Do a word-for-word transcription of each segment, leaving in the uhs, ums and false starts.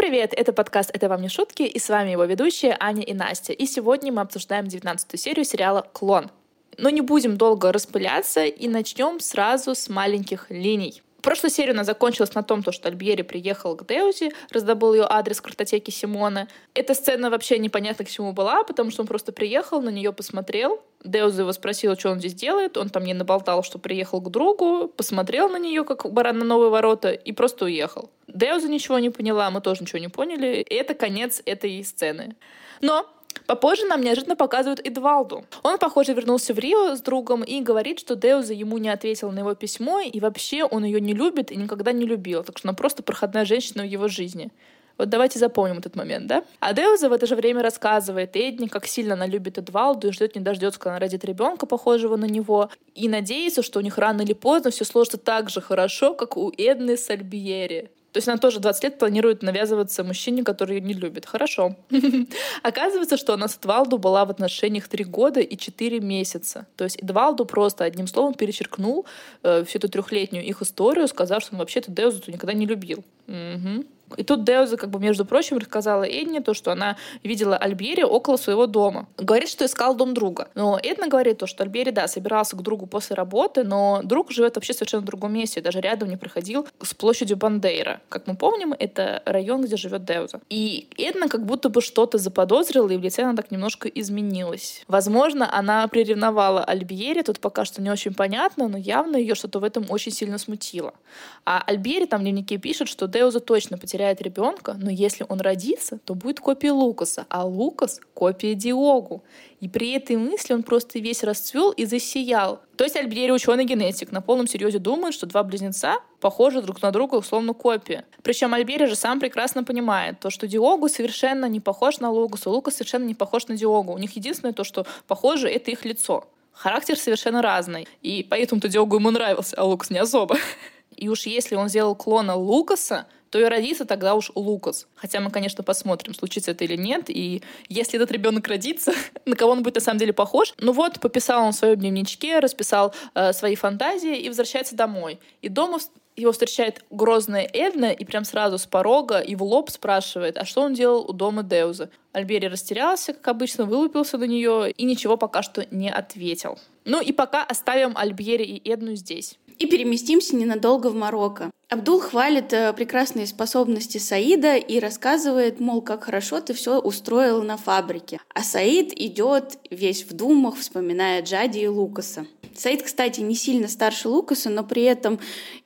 привет! Это подкаст «Это вам не шутки», и с вами его ведущие Аня и Настя. И сегодня мы обсуждаем девятнадцатую серию сериала «Клон». Но не будем долго распыляться и начнем сразу с маленьких линий. Прошлая серия у нас закончилась на том, что Альбьери приехал к Деузе, раздобыл ее адрес в картотеке Симона. Эта сцена вообще непонятно к чему была, потому что он просто приехал, на нее посмотрел. Деуза его спросила, что он здесь делает. Он там ей наболтал, что приехал к другу, посмотрел на нее, как баран на новые ворота, и просто уехал. Деуза ничего не поняла, мы тоже ничего не поняли. И это конец этой сцены. Но попозже нам неожиданно показывают Эдвалду. Он, похоже, вернулся в Рио с другом и говорит, что Деуза ему не ответила на его письмо, и вообще он ее не любит и никогда не любил. Так что она просто проходная женщина в его жизни. Вот давайте запомним этот момент, да? А Деуза в это же время рассказывает Эдне, как сильно она любит Эдвалду и ждет не дождется, когда она родит ребенка, похожего на него, и надеется, что у них рано или поздно все сложится так же хорошо, как у Эдны с Альбьери. То есть она тоже двадцать лет планирует навязываться мужчине, который ее не любит. Хорошо. Оказывается, что она с Эдвалду была в отношениях три года и четыре месяца. То есть Эдвалду просто одним словом перечеркнул э, всю эту трехлетнюю их историю, сказав, что он вообще-то Деузу никогда не любил. Угу. И тут Деуза, как бы, между прочим, рассказала Эдне то, что она видела Альбьери около своего дома. Говорит, что искал дом друга. Но Эдна говорит то, что Альбьери, да, собирался к другу после работы, но друг живет вообще совершенно в другом месте, даже рядом не проходил с площадью Бандейра. Как мы помним, это район, где живет Деуза. И Эдна как будто бы что-то заподозрила, и в лице она так немножко изменилась. Возможно, она приревновала Альбьери, тут пока что не очень понятно, но явно ее что-то в этом очень сильно смутило. А Альбьери там в дневнике пишет, что Деуза точно потеряла ребенка, но если он родится, то будет копия Лукаса, а Лукас — копия Диогу. И при этой мысли он просто весь расцвел и засиял. То есть Альбьери ученый-генетик на полном серьезе думает, что два близнеца похожи друг на друга, условно копия. Причем Альбьери же сам прекрасно понимает, то, что Диогу совершенно не похож на Лукаса, Лукас совершенно не похож на Диогу. У них единственное то, что похоже, это их лицо. Характер совершенно разный. И поэтому-то Диогу ему нравился, а Лукас не особо. И уж если он сделал клона Лукаса, то и родится тогда уж Лукас. Хотя мы, конечно, посмотрим, случится это или нет. И если этот ребенок родится, на кого он будет на самом деле похож. Ну вот, пописал он в своем дневничке, расписал э, свои фантазии и возвращается домой. И дома его встречает грозная Эдна и прям сразу с порога и в лоб спрашивает, а что он делал у дома Деуза. Альбьери растерялся, как обычно, вылупился на нее и ничего пока что не ответил. Ну и пока оставим Альбьери и Эдну здесь. И переместимся ненадолго в Марокко. Абдул хвалит э, прекрасные способности Саида и рассказывает, мол, как хорошо ты все устроил на фабрике. А Саид идет весь в думах, вспоминая Джади и Лукаса. Саид, кстати, не сильно старше Лукаса, но при этом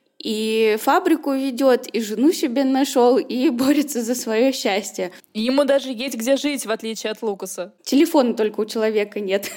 и фабрику ведет, и жену себе нашел, и борется за свое счастье. И ему даже есть где жить, в отличие от Лукаса. Телефона только у человека нет.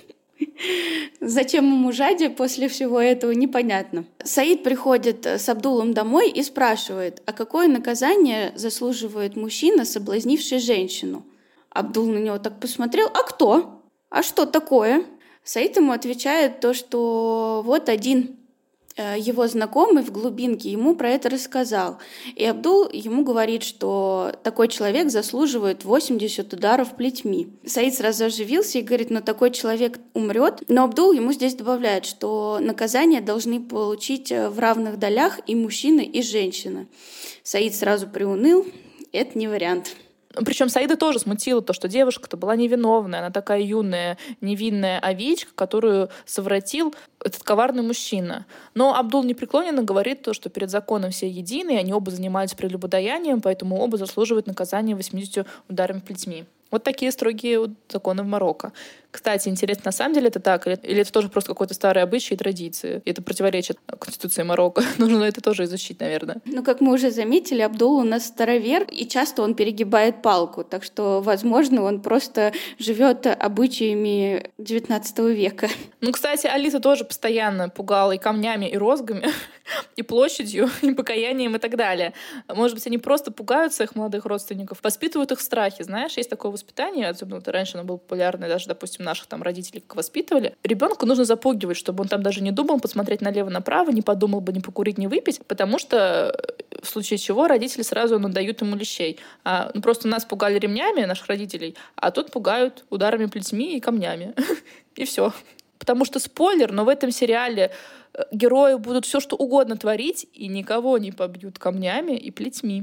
Зачем ему Жади после всего этого, непонятно. Саид приходит с Абдулом домой и спрашивает, а какое наказание заслуживает мужчина, соблазнивший женщину? Абдул на него так посмотрел, а кто? А что такое? Саид ему отвечает то, что вот один его знакомый в глубинке ему про это рассказал. И Абдул ему говорит, что такой человек заслуживает восемьдесят ударов плетьми. Саид сразу оживился и говорит, ну такой человек умрет. Но Абдул ему здесь добавляет, что наказание должны получить в равных долях и мужчина, и женщина. Саид сразу приуныл, это не вариант. Причем Саида тоже смутило то, что девушка-то была невиновная. Она такая юная, невинная овечка, которую совратил этот коварный мужчина. Но Абдул непреклоненно говорит то, что перед законом все едины, и они оба занимаются прелюбодаянием, поэтому оба заслуживают наказания восьмидесятью ударами плетьми. Вот такие строгие законы в Марокко. Кстати, интересно, на самом деле это так? Или, или это тоже просто какой-то старый обычай и традиции? И это противоречит Конституции Марокко. Нужно это тоже изучить, наверное. Ну, как мы уже заметили, Абдул у нас старовер, и часто он перегибает палку. Так что, возможно, он просто живет обычаями девятнадцатого века. Ну, кстати, Алиса тоже постоянно пугала и камнями, и розгами, и площадью, и покаянием, и так далее. Может быть, они просто пугают своих молодых родственников, воспитывают их в страхе. Знаешь, есть такое воспитание, особенно раньше оно было популярное, даже, допустим, наших там родителей как воспитывали. Ребенка нужно запугивать, чтобы он там даже не думал посмотреть налево-направо, не подумал бы ни покурить, ни выпить, потому что в случае чего родители сразу надают ему лещей. А, ну, просто нас пугали ремнями, наших родителей, а тут пугают ударами плетьми и камнями. И все. Потому что спойлер, но в этом сериале герои будут все что угодно творить и никого не побьют камнями и плетьми.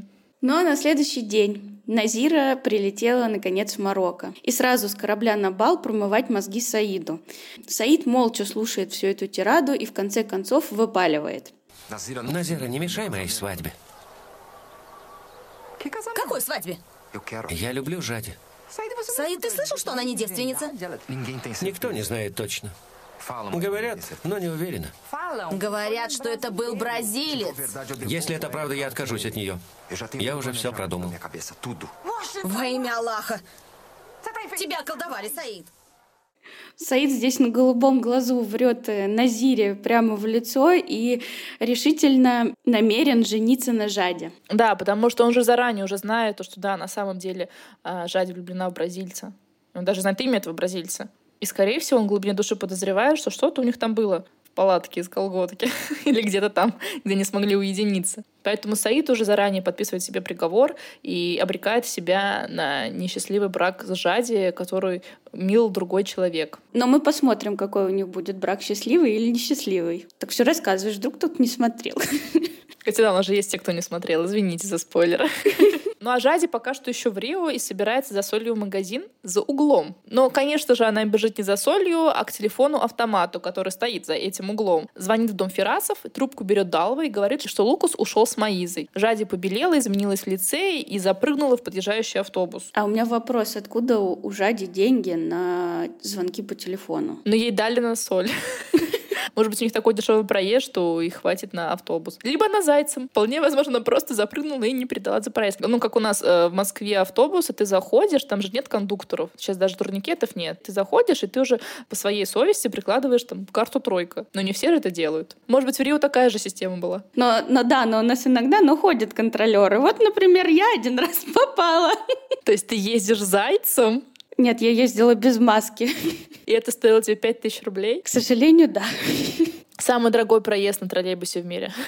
Но на следующий день Назира прилетела, наконец, в Марокко. И сразу с корабля на бал промывать мозги Саиду. Саид молча слушает всю эту тираду и в конце концов выпаливает. Назира, не мешай моей свадьбе. Какой свадьбе? Я люблю Жади. Саид, ты слышал, что она не девственница? Никто не знает точно. Говорят, но не уверена. Говорят, что это был бразилец. Если это правда, я откажусь от нее. Я уже все продумал. Во имя Аллаха. Тебя околдовали, Саид. Саид здесь на голубом глазу врет Назире прямо в лицо и решительно намерен жениться на Жаде. Да, потому что он же заранее уже знает, что да, на самом деле Жади влюблена в бразильца. Он даже знает имя этого бразильца. И, скорее всего, он в глубине души подозревает, что что-то у них там было в палатке из колготки или где-то там, где не смогли уединиться. Поэтому Саид уже заранее подписывает себе приговор и обрекает себя на несчастливый брак с Жади, который мил другой человек. Но мы посмотрим, какой у них будет брак, счастливый или несчастливый. Так все рассказываешь, вдруг кто-то не смотрел. Хотя да, у нас же есть те, кто не смотрел. Извините за спойлеры. Ну а Жади пока что еще в Рио и собирается за солью в магазин за углом. Но, конечно же, она бежит не за солью, а к телефону-автомату, который стоит за этим углом. Звонит в дом Ферасов, трубку берет Далва и говорит, что Лукас ушел с Маизой. Жади побелела, изменилась в лице и запрыгнула в подъезжающий автобус. А у меня вопрос, откуда у Жади деньги на звонки по телефону? Ну ей дали на соль. Может быть, у них такой дешевый проезд, что их хватит на автобус. Либо на Зайцем. Вполне возможно, она просто запрыгнула и не передала за проезд. Ну, как у нас э, в Москве автобусы, ты заходишь, там же нет кондукторов. Сейчас даже турникетов нет. Ты заходишь, и ты уже по своей совести прикладываешь там карту тройка. Но не все же это делают. Может быть, в Рио такая же система была. Но, но да, но у нас иногда ну, ходят контролеры. Вот, например, я один раз попала. То есть ты ездишь Зайцем? Нет, я ездила без маски. И это стоило тебе пять тысяч рублей? К сожалению, да. Самый дорогой проезд на троллейбусе в мире.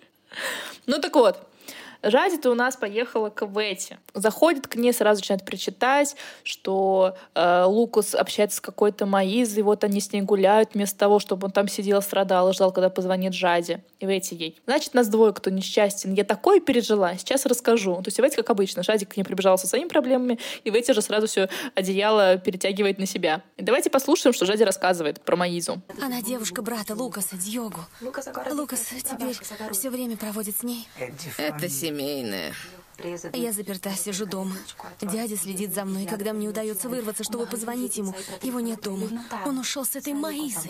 Ну так вот, Жади-то у нас поехала к Ветте. Заходит к ней, сразу начинает причитать, что э, Лукас общается с какой-то Маизой, вот они с ней гуляют, вместо того, чтобы он там сидел, страдал и ждал, когда позвонит Жади. И Ветте ей: значит, нас двое, кто несчастен. Я такое пережила, сейчас расскажу. То есть Ветте, как обычно, Жади к ней прибежала со своими проблемами, и Ветте же сразу все одеяло перетягивает на себя. И давайте послушаем, что Жади рассказывает про Маизу. Она девушка брата Лукаса, Дьогу. Лукас теперь все время проводит с ней. Это семейное. Я заперта, сижу дома. Дядя следит за мной, когда мне удается вырваться, чтобы позвонить ему. Его нет дома. Он ушел с этой Маизой.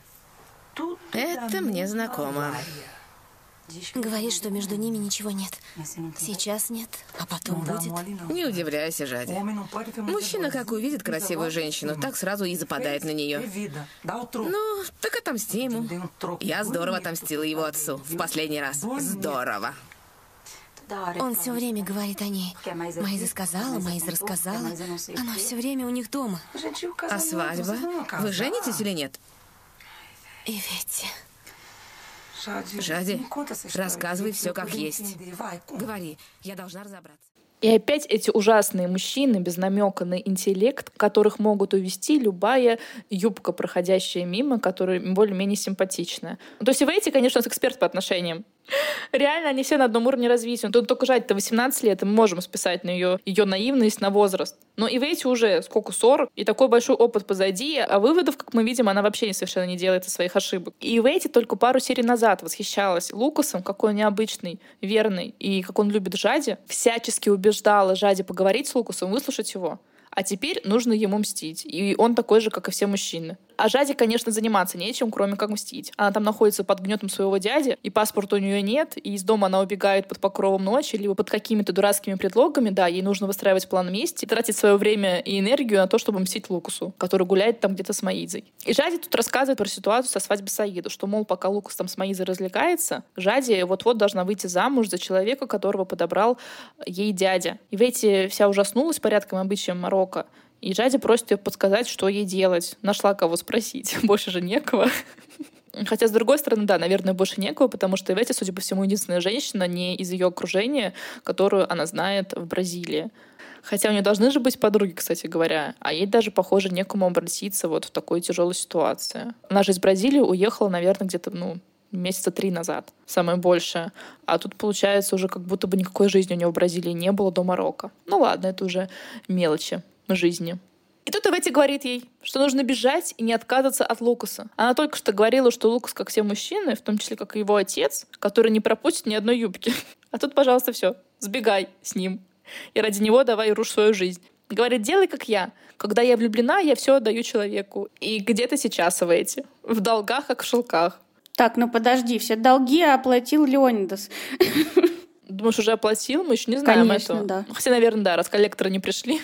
Это мне знакомо. Говорит, что между ними ничего нет. Сейчас нет, а потом будет. Не удивляйся, Жади. Мужчина, как увидит красивую женщину, так сразу и западает на нее. Ну, так отомсти ему. Я здорово отомстила его отцу в последний раз. Здорово. Он все время говорит о ней. Маиза сказала, Маиза рассказала. Она все время у них дома. А свадьба? Вы женитесь или нет? И ведь... Жади, рассказывай все как есть. Говори, я должна разобраться. И опять эти ужасные мужчины без намека на интеллект, которых могут увести любая юбка, проходящая мимо, которая более-менее симпатичная. Ну, то есть Ветте, конечно, у нас эксперт по отношениям. Реально, они все на одном уровне развития. Тут только Жади-то восемнадцать лет, и мы можем списать на ее, ее наивность, на возраст. Но и Ветте уже сколько, сорок, и такой большой опыт позади, а выводов, как мы видим, она вообще совершенно не делает из своих ошибок. И Ветте только пару серий назад восхищалась Лукасом, какой он необычный, верный, и как он любит Жади, всячески убеждала Жади поговорить с Лукасом, выслушать его. А теперь нужно ему мстить. И он такой же, как и все мужчины. А Жади, конечно, заниматься нечем, кроме как мстить. Она там находится под гнетом своего дяди, и паспорта у нее нет, и из дома она убегает под покровом ночи, либо под какими-то дурацкими предлогами. Да, ей нужно выстраивать план мести, тратить свое время и энергию на то, чтобы мстить Лукасу, который гуляет там где-то с Маизой. И Жади тут рассказывает про ситуацию со свадьбой Саиду, что, мол, пока Лукас там с Маизой развлекается, Жади вот-вот должна выйти замуж за человека, которого подобрал ей дядя. И Ветте вся ужаснулась порядком и обычаям Марокко. И Жади просит ее подсказать, что ей делать. Нашла кого спросить. Больше же некого. Хотя, с другой стороны, да, наверное, больше некого, потому что Ветте, судя по всему, единственная женщина не из ее окружения, которую она знает в Бразилии. Хотя у нее должны же быть подруги, кстати говоря, а ей даже, похоже, некому обратиться вот в такой тяжелой ситуации. Она же из Бразилии уехала, наверное, где-то, ну, месяца три назад, самое большее. А тут, получается, уже как будто бы никакой жизни у него в Бразилии не было до Марокко. Ну ладно, это уже мелочи жизни. И тут Иветти говорит ей, что нужно бежать и не отказываться от Лукаса. Она только что говорила, что Лукас, как все мужчины, в том числе как и его отец, который не пропустит ни одной юбки. А тут, пожалуйста, все, сбегай с ним. И ради него давай рушь свою жизнь. Говорит, делай как я. Когда я влюблена, я все отдаю человеку. И где ты сейчас, Иветти? В долгах, как в шелках. Так, ну подожди, все долги оплатил Леонидас. Думаешь, уже оплатил? Мы еще не знаем Конечно, этого. да. Хотя, наверное, да, раз коллекторы не пришли.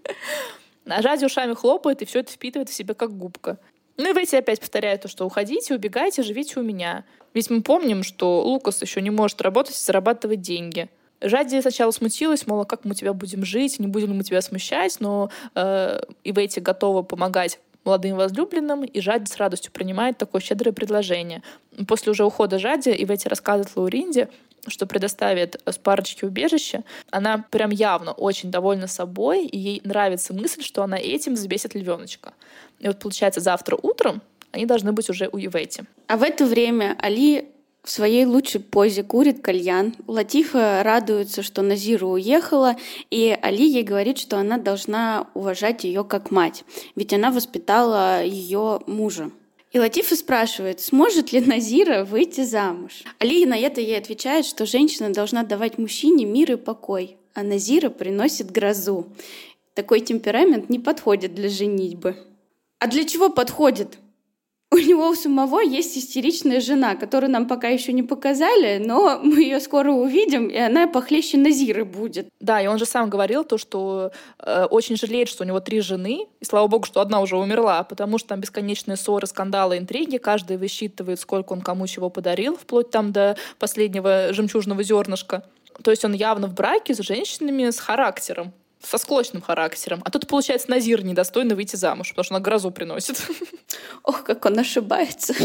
А Жади ушами хлопает и все это впитывает в себя как губка. Ну и Иветти опять повторяет то, что уходите, убегайте, живите у меня. Ведь мы помним, что Лукас еще не может работать и зарабатывать деньги. Жади сначала смутилась, мол, как мы у тебя будем жить, не будем ли мы тебя смущать, но э, Иветти готова помогать молодым возлюбленным, и Жади с радостью принимает такое щедрое предложение. После уже ухода Жади Иветти рассказывает Лауринде, что предоставит с парочке убежище. Она прям явно очень довольна собой, и ей нравится мысль, что она этим взбесит львеночка. И вот получается, завтра утром они должны быть уже у Иветти. А в это время Али в своей лучшей позе курит кальян. Латифа радуется, что Назира уехала, и Али ей говорит, что она должна уважать ее как мать, ведь она воспитала ее мужа. И Латифа спрашивает, сможет ли Назира выйти замуж. Али на это ей отвечает, что женщина должна давать мужчине мир и покой, а Назира приносит грозу. Такой темперамент не подходит для женитьбы. А для чего подходит? У него у самого есть истеричная жена, которую нам пока еще не показали, но мы ее скоро увидим, и она похлеще Назиры будет. Да, и он же сам говорил то, что э, очень жалеет, что у него три жены, и слава богу, что одна уже умерла, потому что там бесконечные ссоры, скандалы, интриги, каждый высчитывает, сколько он кому чего подарил, вплоть там до последнего жемчужного зернышка. То есть он явно в браке с женщинами с характером, со склочным характером. А тут, получается, Назир недостойно выйти замуж, потому что она грозу приносит. Ох, как он ошибается.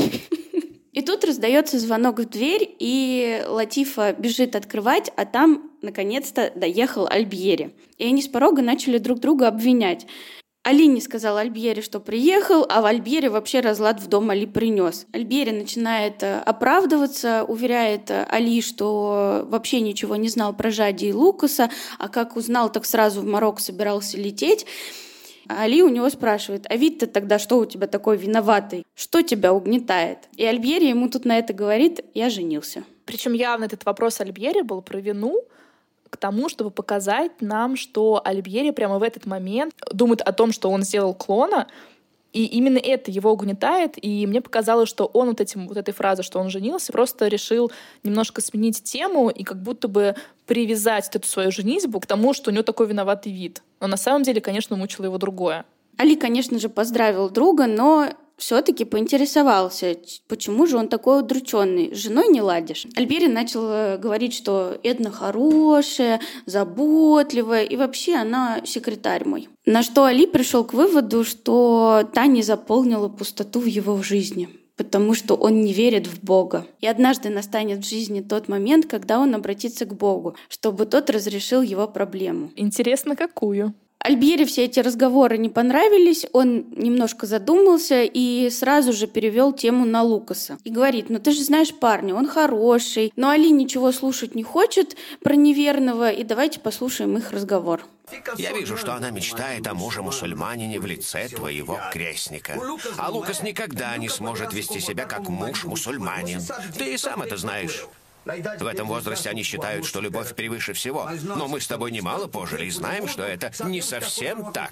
И тут раздается звонок в дверь, и Латифа бежит открывать, а там, наконец-то, доехал Альбьери. И они с порога начали друг друга обвинять. Али не сказал Альбьери, что приехал, а в Альбьери вообще разлад в дом Али принес. Альбьери начинает оправдываться, уверяет Али, что вообще ничего не знал про Жади и Лукаса, а как узнал, так сразу в Марокко собирался лететь. А Али у него спрашивает, а вид-то тогда что у тебя такой виноватый? Что тебя угнетает? И Альбьери ему тут на это говорит, я женился. Причем явно этот вопрос Альбьери был про вину, к тому, чтобы показать нам, что Альбьери прямо в этот момент думает о том, что он сделал клона, и именно это его угнетает, и мне показалось, что он вот, этим, вот этой фразой, что он женился, просто решил немножко сменить тему и как будто бы привязать вот эту свою женитьбу к тому, что у него такой виноватый вид. Но на самом деле, конечно, мучило его другое. Али, конечно же, поздравил друга, но все-таки поинтересовался, почему же он такой удрученный, с женой не ладишь. Альбьери начал говорить, что Эдна хорошая, заботливая, и вообще она секретарь мой. На что Али пришел к выводу, что та не заполнила пустоту в его жизни, потому что он не верит в Бога. И однажды настанет в жизни тот момент, когда он обратится к Богу, чтобы тот разрешил его проблему. Интересно, какую? Альбьери все эти разговоры не понравились, он немножко задумался и сразу же перевел тему на Лукаса. И говорит, ну ты же знаешь парня, он хороший, но Али ничего слушать не хочет про неверного, и давайте послушаем их разговор. Я вижу, что она мечтает о муже-мусульманине в лице твоего крестника. А Лукас никогда не сможет вести себя как муж-мусульманин. Ты и сам это знаешь. В этом возрасте они считают, что любовь превыше всего. Но мы с тобой немало пожили и знаем, что это не совсем так.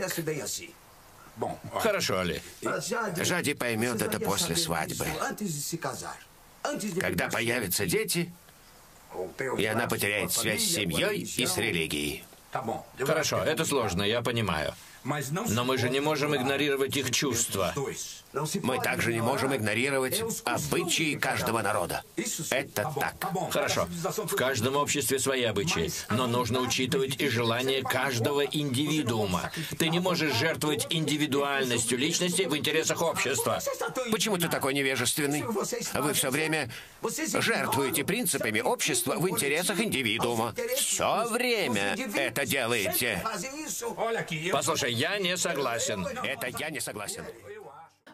Хорошо, Али. Жади поймет это после свадьбы. Когда появятся дети, и она потеряет связь с семьей и с религией. Хорошо, это сложно, я понимаю. Но мы же не можем игнорировать их чувства. Мы также не можем игнорировать обычаи каждого народа. Это так. Хорошо. В каждом обществе свои обычаи. Но нужно учитывать и желания каждого индивидуума. Ты не можешь жертвовать индивидуальностью личности в интересах общества. Почему ты такой невежественный? Вы все время жертвуете принципами общества в интересах индивидуума. Все время это делаете. Послушай, я не согласен. Это я не согласен.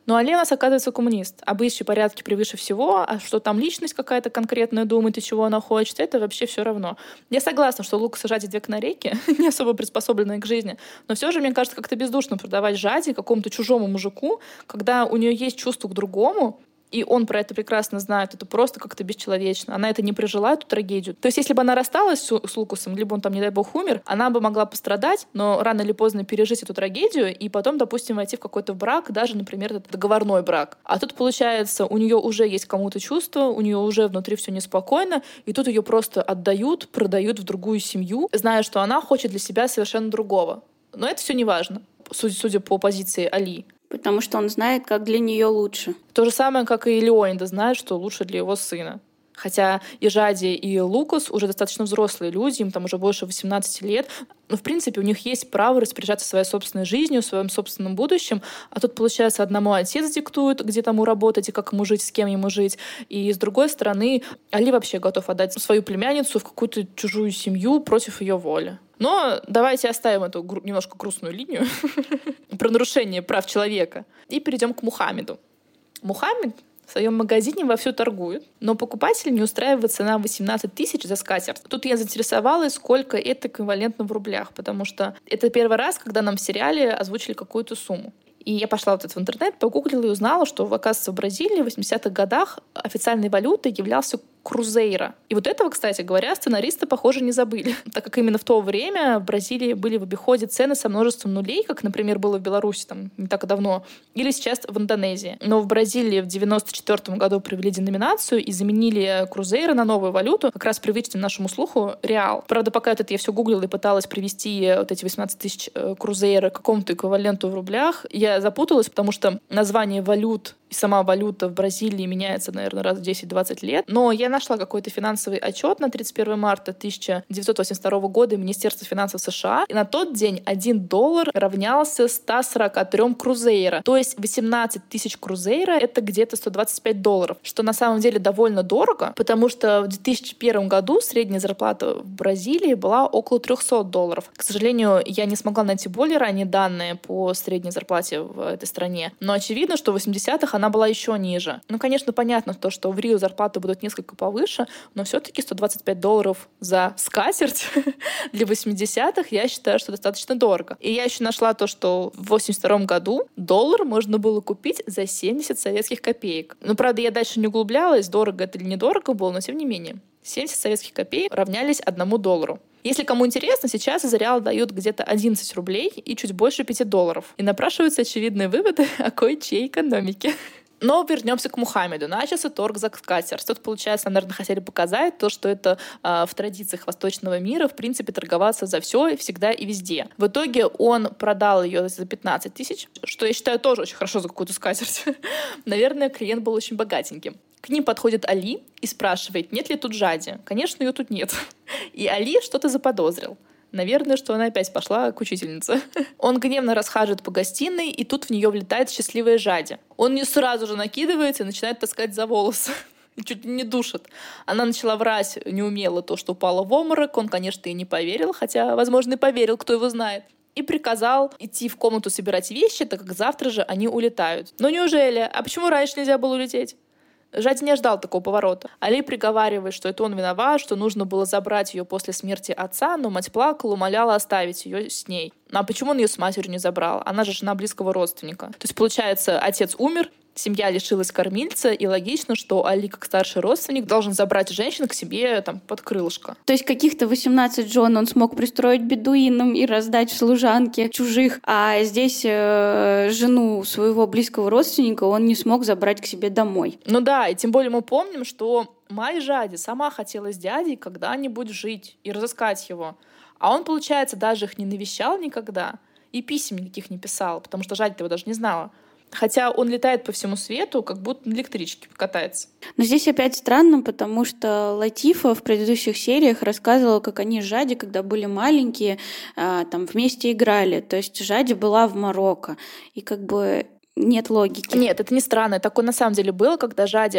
Но Али у нас, оказывается, коммунист. Обычаи, порядки превыше всего, а что там личность какая-то конкретная думает и чего она хочет, это вообще все равно. Я согласна, что Лукас и Жади две канарейки, не особо приспособленные к жизни, но все же, мне кажется, как-то бездушно продавать Жади какому-то чужому мужику, когда у нее есть чувство к другому, и он про это прекрасно знает, это просто как-то бесчеловечно. Она это не пережила, эту трагедию. То есть если бы она рассталась с, с Лукасом, либо он там, не дай бог, умер, она бы могла пострадать, но рано или поздно пережить эту трагедию и потом, допустим, войти в какой-то брак, даже, например, этот договорной брак. А тут, получается, у нее уже есть кому-то чувство, у нее уже внутри все неспокойно, и тут ее просто отдают, продают в другую семью, зная, что она хочет для себя совершенно другого. Но это все не важно, судя, судя по позиции Али. Потому что он знает, как для нее лучше. То же самое, как и Леонида знает, что лучше для его сына. Хотя и Жади, и Лукас уже достаточно взрослые люди, им там уже больше восемнадцати лет. Но, в принципе, у них есть право распоряжаться своей собственной жизнью, своим собственным будущим. А тут, получается, одному отец диктует, где тому работать и как ему жить, с кем ему жить. И, с другой стороны, Али вообще готов отдать свою племянницу в какую-то чужую семью против ее воли. Но давайте оставим эту гру- немножко грустную линию про нарушение прав человека и перейдем к Мухаммеду. Мухаммед в своем магазине вовсю торгует, но покупатель не устраивает цена восемнадцать тысяч за скатерть. Тут я заинтересовалась, сколько это эквивалентно в рублях, потому что это первый раз, когда нам в сериале озвучили какую-то сумму. И я пошла вот это в интернет, погуглила и узнала, что, оказывается, в Бразилии в восьмидесятых годах официальной валютой являлся крузейро. И вот этого, кстати говоря, сценаристы, похоже, не забыли, так как именно в то время в Бразилии были в обиходе цены со множеством нулей, как, например, было в Беларуси там не так давно, или сейчас в Индонезии. Но в Бразилии в девяносто четвёртом году провели деноминацию и заменили крузейро на новую валюту, как раз привычным нашему слуху, реал. Правда, пока это я все гуглила и пыталась привести вот эти восемнадцать тысяч крузейро к какому-то эквиваленту в рублях, я запуталась, потому что название валют и сама валюта в Бразилии меняется, наверное, раз в десять-двадцать лет. Но я нашла какой-то финансовый отчет на тридцать первое марта тысяча девятьсот восемьдесят второго года Министерства финансов США. И на тот день один доллар равнялся ста сорока трём крузейро. То есть восемнадцать тысяч крузейро — это где-то сто двадцать пять долларов, что на самом деле довольно дорого, потому что в две тысячи первом году средняя зарплата в Бразилии была около триста долларов. К сожалению, я не смогла найти более ранние данные по средней зарплате в этой стране. Но очевидно, что в восьмидесятых она была еще ниже. Ну, конечно, понятно то, что в Рио зарплаты будут несколько повыше, но все-таки сто двадцать пять долларов за скатерть для восьмидесятых, я считаю, что достаточно дорого. И я еще нашла то, что в восемьдесят втором году доллар можно было купить за семьдесят советских копеек. Ну, правда, я дальше не углублялась, дорого это или недорого было, но тем не менее. семьдесят советских копеек равнялись одному доллару. Если кому интересно, сейчас за реал дают где-то одиннадцать рублей и чуть больше пяти долларов. И напрашиваются очевидные выводы о кое-чьей экономике. Но вернемся к Мухаммеду. Начался торг за скатерть. Тут, получается, наверное, хотели показать то, что это э, в традициях восточного мира, в принципе, торговаться за все, всегда и везде. В итоге он продал ее за пятнадцать тысяч, что я считаю тоже очень хорошо за какую-то скатерть. Наверное, клиент был очень богатеньким. К ним подходит Али и спрашивает, нет ли тут Жади. Конечно, ее тут нет. И Али что-то заподозрил. Наверное, что она опять пошла к учительнице. Он гневно расхаживает по гостиной, и тут в нее влетает счастливая Жади. Он не сразу же накидывается и начинает таскать за волосы. И чуть ли не душит. Она начала врать неумело то, что упала в обморок. Он, конечно, и не поверил, хотя, возможно, и поверил, кто его знает. И приказал идти в комнату собирать вещи, так как завтра же они улетают. Ну неужели? А почему раньше нельзя было улететь? Жади не ожидал такого поворота. Али приговаривает, что это он виноват, что нужно было забрать ее после смерти отца, но мать плакала, умоляла оставить ее с ней. А почему он ее с матерью не забрал? Она же жена близкого родственника. То есть, получается, отец умер, семья лишилась кормильца, и логично, что Али, как старший родственник, должен забрать женщину к себе там, под крылышко. То есть каких-то восемнадцать жен он смог пристроить бедуинам и раздать в служанки чужих, а здесь э, жену своего близкого родственника он не смог забрать к себе домой. Ну да, и тем более мы помним, что мать Жади сама хотела с дядей когда-нибудь жить и разыскать его. А он, получается, даже их не навещал никогда и писем никаких не писал, потому что Жади его даже не знала. Хотя он летает по всему свету, как будто на электричке катается. Но здесь опять странно, потому что Латифа в предыдущих сериях рассказывала, как они с Жади, когда были маленькие, там вместе играли. То есть Жади была в Марокко. И как бы нет логики. Нет, это не странно. Такое на самом деле было, когда Жади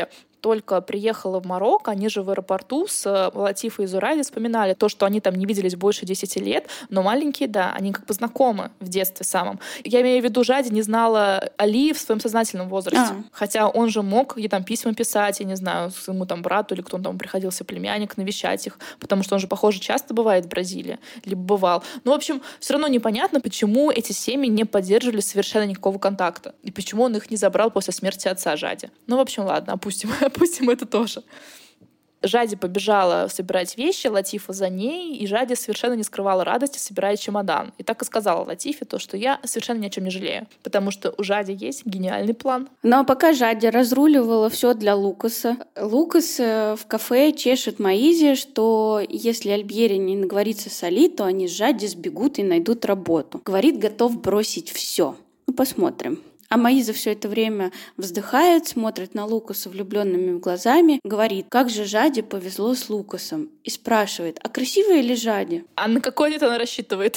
только приехала в Марокко, они же в аэропорту с Латифой и Зурайдой вспоминали то, что они там не виделись больше десяти лет, но маленькие, да, они как бы знакомы в детстве самом. Я имею в виду, Жади не знала Али в своем сознательном возрасте. А. Хотя он же мог ей там письма писать, я не знаю, своему там брату или кто он там приходился, племянник, навещать их, потому что он же, похоже, часто бывает в Бразилии, либо бывал. Но, в общем, все равно непонятно, почему эти семьи не поддерживали совершенно никакого контакта. И почему он их не забрал после смерти отца Жади. Ну, в общем, ладно, опустим, опустим это тоже. Жади побежала собирать вещи, Латифа за ней, и Жади совершенно не скрывала радости, собирая чемодан. И так и сказала Латифе то, что я совершенно ни о чем не жалею, потому что у Жади есть гениальный план. Ну а пока Жади разруливала все для Лукаса, Лукас в кафе чешет Маизе, что если Альбьери не наговорится с Али, то они с Жади сбегут и найдут работу. Говорит, готов бросить все. Ну, посмотрим. А Маиза все это время вздыхает, смотрит на Лукаса влюбленными глазами, говорит, как же Жаде повезло с Лукасом, и спрашивает, а красивая ли Жади? А на какой нет она рассчитывает?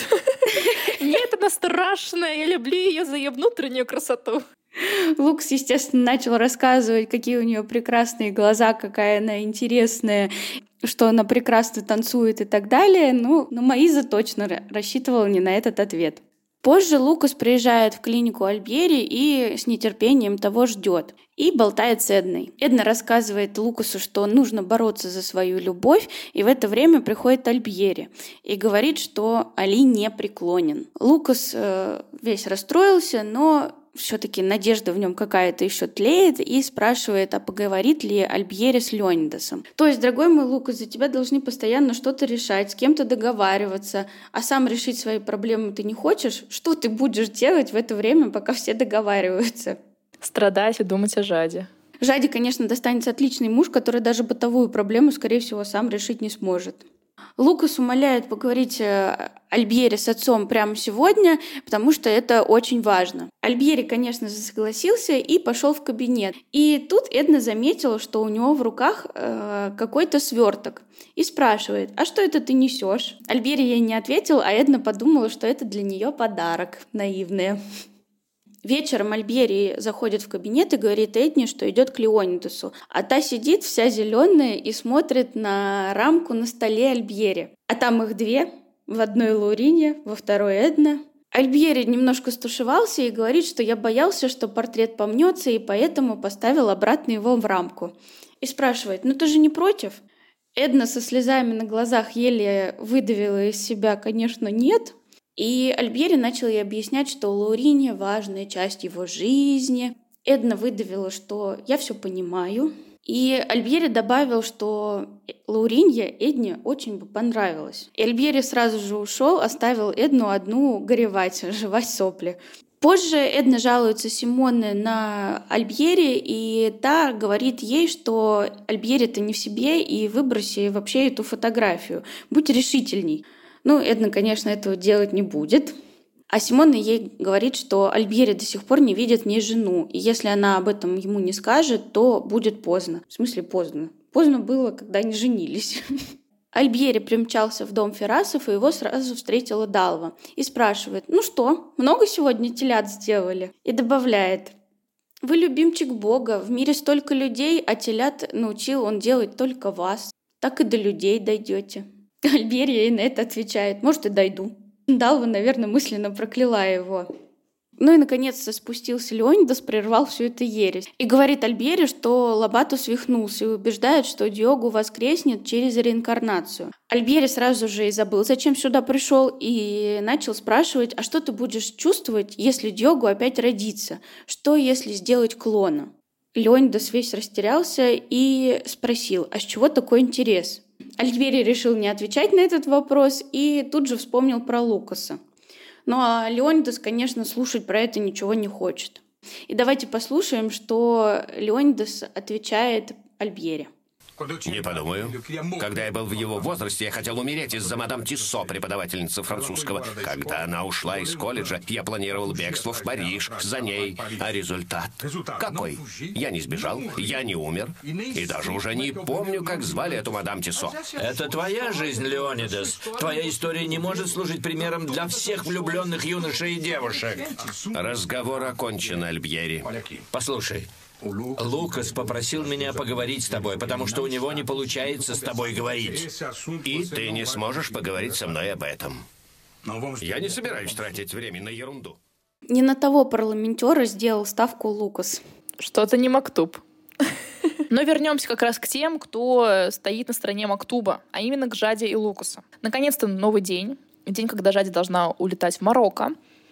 Нет, она страшная, я люблю ее за ее внутреннюю красоту. Лукас, естественно, начал рассказывать, какие у нее прекрасные глаза, какая она интересная, что она прекрасно танцует и так далее. Ну, но Маиза точно рассчитывала не на этот ответ. Позже Лукас приезжает в клинику Альбьери и с нетерпением того ждет. И болтает с Эдной. Эдна рассказывает Лукасу, что нужно бороться за свою любовь, и в это время приходит Альбьери и говорит, что Али не преклонен. Лукас э, весь расстроился, но все-таки надежда в нем какая-то еще тлеет и спрашивает, а поговорит ли Альбьери с Леонидасом. То есть, дорогой мой Лукас, за тебя должны постоянно что-то решать, с кем-то договариваться, а сам решить свои проблемы ты не хочешь? Что ты будешь делать в это время, пока все договариваются? Страдать и думать о Жаде. Жаде, конечно, достанется отличный муж, который даже бытовую проблему, скорее всего, сам решить не сможет. Лукас умоляет поговорить Альбьери с отцом прямо сегодня, потому что это очень важно. Альбьери, конечно же, согласился и пошел в кабинет. И тут Эдна заметила, что у него в руках э, какой-то сверток. И спрашивает, а что это ты несешь? Альбьери ей не ответил, а Эдна подумала, что это для нее подарок. Наивная. Вечером Альбьери заходит в кабинет и говорит Эдне, что идет к Леонидасу. А та сидит вся зеленая и смотрит на рамку на столе Альбьери. А там их две. В одной Лаурине, во второй Эдна. Альбьери немножко стушевался и говорит, что я боялся, что портрет помнется, и поэтому поставил обратно его в рамку. И спрашивает, ну ты же не против? Эдна со слезами на глазах еле выдавила из себя, конечно, нет. И Альбьери начал ей объяснять, что Лаурине важная часть его жизни. Эдна выдавила, что я все понимаю. И Альбьери добавил, что Лауринья Эдне очень бы понравилась. И Альбьери сразу же ушел, оставил Эдну одну горевать, жевать сопли. Позже Эдна жалуется Симоне на Альбьери, и та говорит ей, что Альбьери-то не в себе, и выброси вообще эту фотографию. Будь решительней. Ну, Эдна, конечно, этого делать не будет. А Симона ей говорит, что Альбьери до сих пор не видит в ней жену. И если она об этом ему не скажет, то будет поздно. В смысле поздно? Поздно было, когда они женились. Альбьери примчался в дом Феррасов, и его сразу встретила Далва. И спрашивает, ну что, много сегодня телят сделали? И добавляет, вы любимчик Бога, в мире столько людей, а телят научил он делать только вас. Так и до людей дойдете. Альбьери ей на это отвечает, может, и дойду. Далва, наверное, мысленно прокляла его. Ну и, наконец-то, спустился Леонидас, прервал всю эту ересь. И говорит Альбьери, что Лобату свихнулся, и убеждает, что Диогу воскреснет через реинкарнацию. Альбьери сразу же и забыл, зачем сюда пришел, и начал спрашивать, а что ты будешь чувствовать, если Диогу опять родится? Что, если сделать клона? Леонидас весь растерялся и спросил, а с чего такой интерес? Альбьери решил не отвечать на этот вопрос и тут же вспомнил про Лукаса. Ну а Леонидас, конечно, слушать про это ничего не хочет. И давайте послушаем, что Леонидас отвечает Альбьери. Не подумаю. Когда я был в его возрасте, я хотел умереть из-за мадам Тиссо, преподавательницы французского. Когда она ушла из колледжа, я планировал бегство в Париж за ней. А результат? Какой? Я не сбежал, я не умер. И даже уже не помню, как звали эту мадам Тиссо. Это твоя жизнь, Леонидас. Твоя история не может служить примером для всех влюбленных юношей и девушек. Разговор окончен, Альбьери. Послушай, Лукас попросил меня поговорить с тобой, потому что у него не получается с тобой говорить. И ты не сможешь поговорить со мной об этом. Я не собираюсь тратить время на ерунду. Не на того парламентера сделал ставку Лукас. Что-то не Мактуб. Но вернемся как раз к тем, кто стоит на стороне Мактуба, а именно к Жаде и Лукасу. Наконец-то новый день. День, когда Жади должна улетать в Марокко.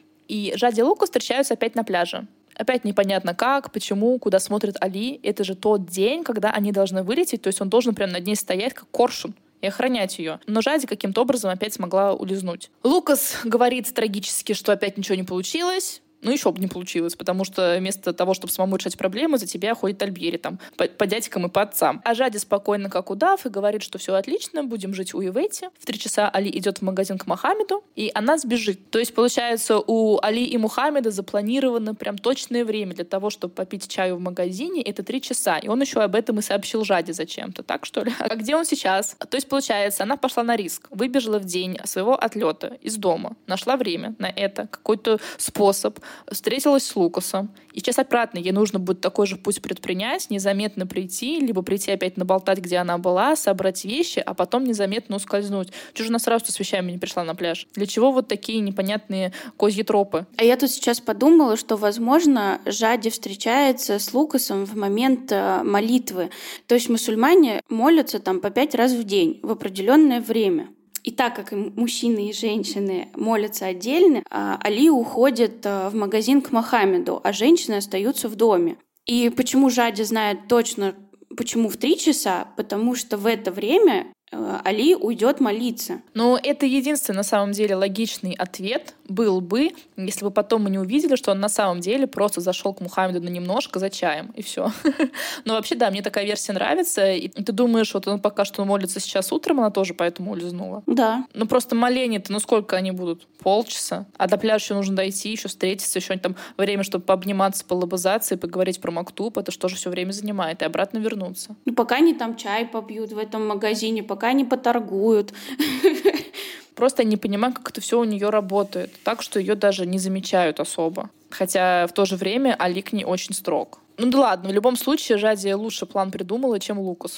И Жади и Лукас встречаются опять на пляже. Опять непонятно как, почему, куда смотрит Али. Это же тот день, когда они должны вылететь, то есть он должен прям над ней стоять, как коршун, и охранять ее. Но Жади каким-то образом опять смогла улизнуть. Лукас говорит трагически, что опять ничего не получилось. Ну, еще бы не получилось, потому что вместо того, чтобы самому решать проблемы, за тебя ходит Альбери там по, по дядькам и по отцам. А Жади спокойно, как удав, и говорит, что все отлично, будем жить у Ивети. В три часа Али идет в магазин к Мухаммеду, и она сбежит. То есть, получается, у Али и Мухаммеда запланировано прям точное время для того, чтобы попить чаю в магазине. Это три часа. И он еще об этом и сообщил Жади зачем-то. Так, что ли? А где он сейчас? То есть, получается, она пошла на риск. Выбежала в день своего отлета из дома. Нашла время на это, какой-то способ. Встретилась с Лукасом. И сейчас обратно ей нужно будет такой же путь предпринять, незаметно прийти, либо прийти опять наболтать, где она была, собрать вещи, а потом незаметно ускользнуть. Чего же она сразу с вещами не пришла на пляж? Для чего вот такие непонятные козьи тропы? А я тут сейчас подумала, что, возможно, Жади встречается с Лукасом в момент молитвы. То есть мусульмане молятся там по пять раз в день в определенное время. И так как и мужчины, и женщины молятся отдельно, Али уходит в магазин к Мухаммеду, а женщины остаются в доме. И почему Жади знает точно, почему в три часа? Потому что в это время Али уйдет молиться. Но это единственный, на самом деле, логичный ответ был бы, если бы потом мы не увидели, что он на самом деле просто зашел к Мухаммеду на немножко за чаем, и все. Но вообще, да, мне такая версия нравится. И ты думаешь, вот он пока что молится сейчас утром, она тоже поэтому улизнула. Да. Ну просто моление-то, ну сколько они будут? Полчаса. А до пляжа еще нужно дойти, еще встретиться, еще там время, чтобы пообниматься, полобызаться и поговорить про Мактуб. Это что же все время занимает? И обратно вернуться. Ну пока они там чай попьют в этом магазине, пока они поторгуют. Просто я не понимаю, как это все у нее работает. Так, что ее даже не замечают особо. Хотя в то же время Али к ней очень строг. Ну да ладно, в любом случае Жади лучше план придумала, чем Лукас.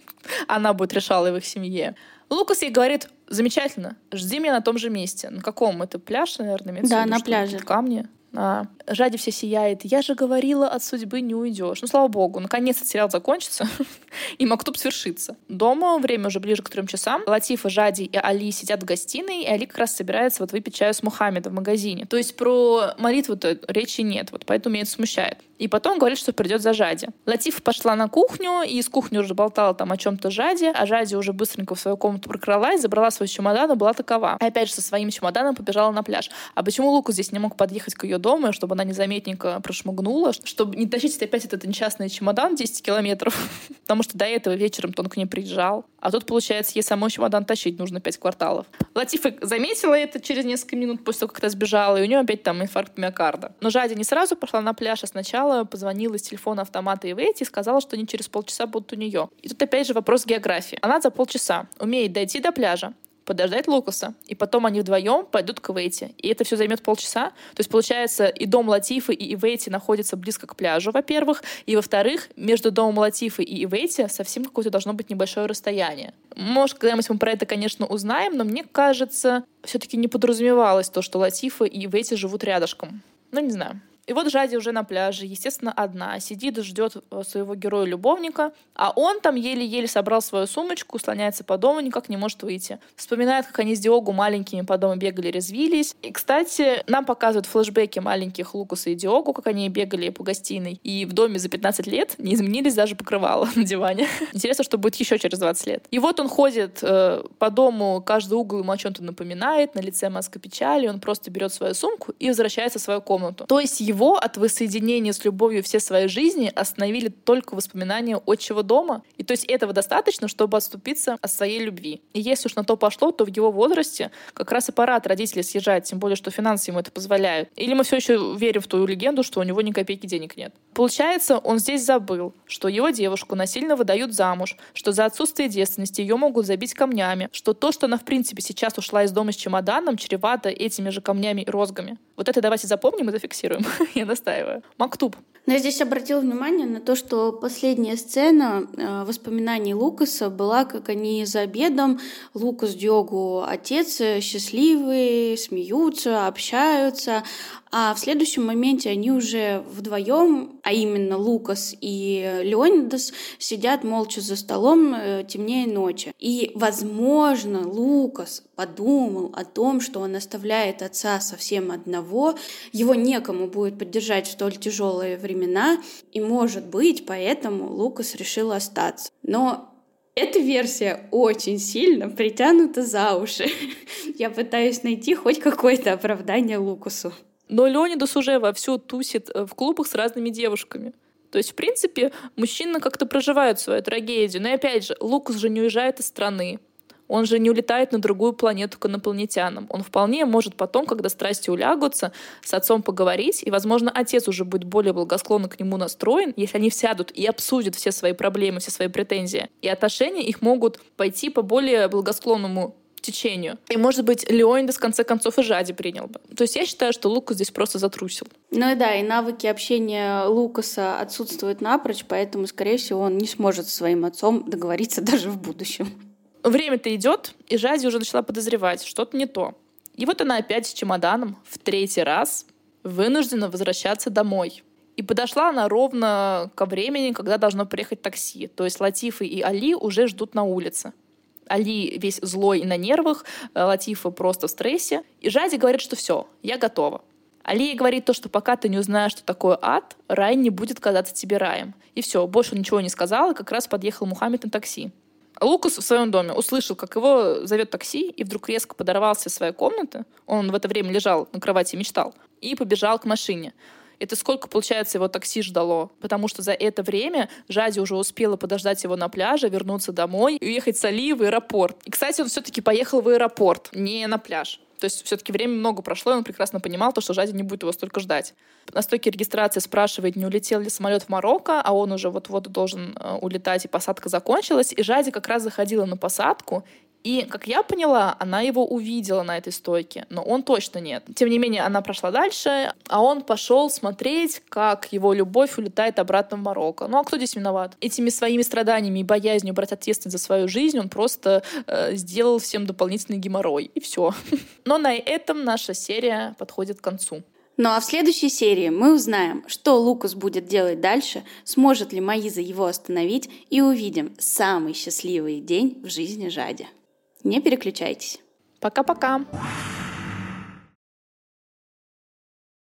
Она будет решала в их семье. Лукас ей говорит: замечательно, жди меня на том же месте. На каком? Это пляж, наверное? Да, на пляже. Камни. А, Жади вся сияет. Я же говорила, от судьбы не уйдешь. Ну, слава богу, наконец-то сериал закончится, и Мактуб свершится. Дома время уже ближе к трем часам. Латифа, Жади и Али сидят в гостиной, и Али как раз собирается вот выпить чаю с Мухаммедом в магазине. То есть про молитву-то речи нет, вот поэтому меня это смущает. И потом говорит, что придет за Жади. Латифа пошла на кухню, и из кухни уже болтала там о чем-то Жади, а Жади уже быстренько в свою комнату прокралась, забрала свой чемодан и была такова. И опять же со своим чемоданом побежала на пляж. А почему Лукас здесь не мог подъехать к ее дому, чтобы она незаметненько прошмыгнула, чтобы не тащить опять этот несчастный чемодан десять километров? Потому что до этого вечером-то он к ней приезжал. А тут, получается, ей самой чемодан тащить нужно пять кварталов. Латифа заметила это через несколько минут после того, как та сбежала, и у нее опять там инфаркт миокарда. Но Жади не сразу пошла на пляж, а сначала позвонила из телефона автомата Ивети и сказала, что они через полчаса будут у нее. И тут опять же вопрос географии. Она за полчаса умеет дойти до пляжа, подождать Лукаса, и потом они вдвоем пойдут к Ивети. И это все займет полчаса. То есть, получается, и дом Латифы, и Ивети находятся близко к пляжу, во-первых, и, во-вторых, между домом Латифы и Ивети совсем какое-то должно быть небольшое расстояние. Может, когда-нибудь мы про это, конечно, узнаем, но мне кажется, все-таки не подразумевалось то, что Латифа и Ивети живут рядышком. Ну, не знаю. И вот Жади уже на пляже, естественно, одна, сидит и ждет своего героя-любовника, а он там еле-еле собрал свою сумочку, слоняется по дому, никак не может выйти. Вспоминает, как они с Диогу маленькими по дому бегали, резвились. И, кстати, нам показывают флешбеки маленьких Лукаса и Диогу, как они бегали по гостиной. И в доме за пятнадцать лет не изменились даже покрывала на диване. Интересно, что будет еще через двадцать лет. И вот он ходит э, по дому, каждый угол ему о чем-то напоминает, на лице маска печали, он просто берет свою сумку и возвращается в свою комнату. То есть его Его от воссоединения с любовью все своей жизни остановили только воспоминания отчего дома. И то есть этого достаточно, чтобы отступиться от своей любви. И если уж на то пошло, то в его возрасте как раз и пора от родителей съезжать, тем более, что финансы ему это позволяют. Или мы все еще верим в ту легенду, что у него ни копейки денег нет. Получается, он здесь забыл, что его девушку насильно выдают замуж, что за отсутствие девственности ее могут забить камнями, что то, что она в принципе сейчас ушла из дома с чемоданом, чревато этими же камнями и розгами. Вот это давайте запомним и зафиксируем. Я настаиваю. Мактуб. Но я здесь обратила внимание на то, что последняя сцена э, воспоминаний Лукаса была, как они за обедом, Лукас, Диогу, отец, счастливые, смеются, общаются, а в следующем моменте они уже вдвоем, а именно Лукас и Леонидас, сидят молча за столом, э, темнее ночи. И, возможно, Лукас подумал о том, что он оставляет отца совсем одного, его некому будет поддержать в столь тяжелые времена, и, может быть, поэтому Лукас решил остаться. Но эта версия очень сильно притянута за уши. Я пытаюсь найти хоть какое-то оправдание Лукасу. Но Леонидас уже вовсю тусит в клубах с разными девушками. То есть, в принципе, мужчины как-то проживают свою трагедию. Но и опять же, Лукас же не уезжает из страны. Он же не улетает на другую планету к инопланетянам. Он вполне может потом, когда страсти улягутся, с отцом поговорить, и, возможно, отец уже будет более благосклонно к нему настроен, если они сядут и обсудят все свои проблемы, все свои претензии. И отношения их могут пойти по более благосклонному течению. И, может быть, Леонидас в конце концов и Жади принял бы. То есть я считаю, что Лукас здесь просто затрусил. Ну и да, и навыки общения Лукаса отсутствуют напрочь, поэтому, скорее всего, он не сможет со своим отцом договориться даже в будущем. Время-то идет, и Жади уже начала подозревать, что-то не то. И вот она опять с чемоданом в третий раз вынуждена возвращаться домой. И подошла она ровно ко времени, когда должно приехать такси. То есть Латифа и Али уже ждут на улице. Али весь злой и на нервах, Латифа просто в стрессе. И Жади говорит, что все, я готова. Али говорит то, что пока ты не узнаешь, что такое ад, рай не будет казаться тебе раем. И все, больше ничего не сказала, как раз подъехал Мухаммед на такси. Лукас в своем доме услышал, как его зовет такси, и вдруг резко подорвался из своей комнаты. Он в это время лежал на кровати и мечтал. И побежал к машине. Это сколько, получается, его такси ждало? Потому что за это время Жади уже успела подождать его на пляже, вернуться домой и уехать с Али в аэропорт. И, кстати, он все-таки поехал в аэропорт, не на пляж. То есть все-таки время много прошло, и он прекрасно понимал, то, что Жади не будет его столько ждать. На стойке регистрации спрашивает, не улетел ли самолет в Марокко, а он уже вот-вот должен э, улетать, и посадка закончилась. И Жади как раз заходила на посадку, и, как я поняла, она его увидела на этой стойке, но он точно нет. Тем не менее, она прошла дальше, а он пошел смотреть, как его любовь улетает обратно в Марокко. Ну а кто здесь виноват? Этими своими страданиями и боязнью брать ответственность за свою жизнь он просто э, сделал всем дополнительный геморрой, и все. Но на этом наша серия подходит к концу. Ну а в следующей серии мы узнаем, что Лукас будет делать дальше, сможет ли Маиза его остановить, и увидим самый счастливый день в жизни Жади. Не переключайтесь. Пока-пока.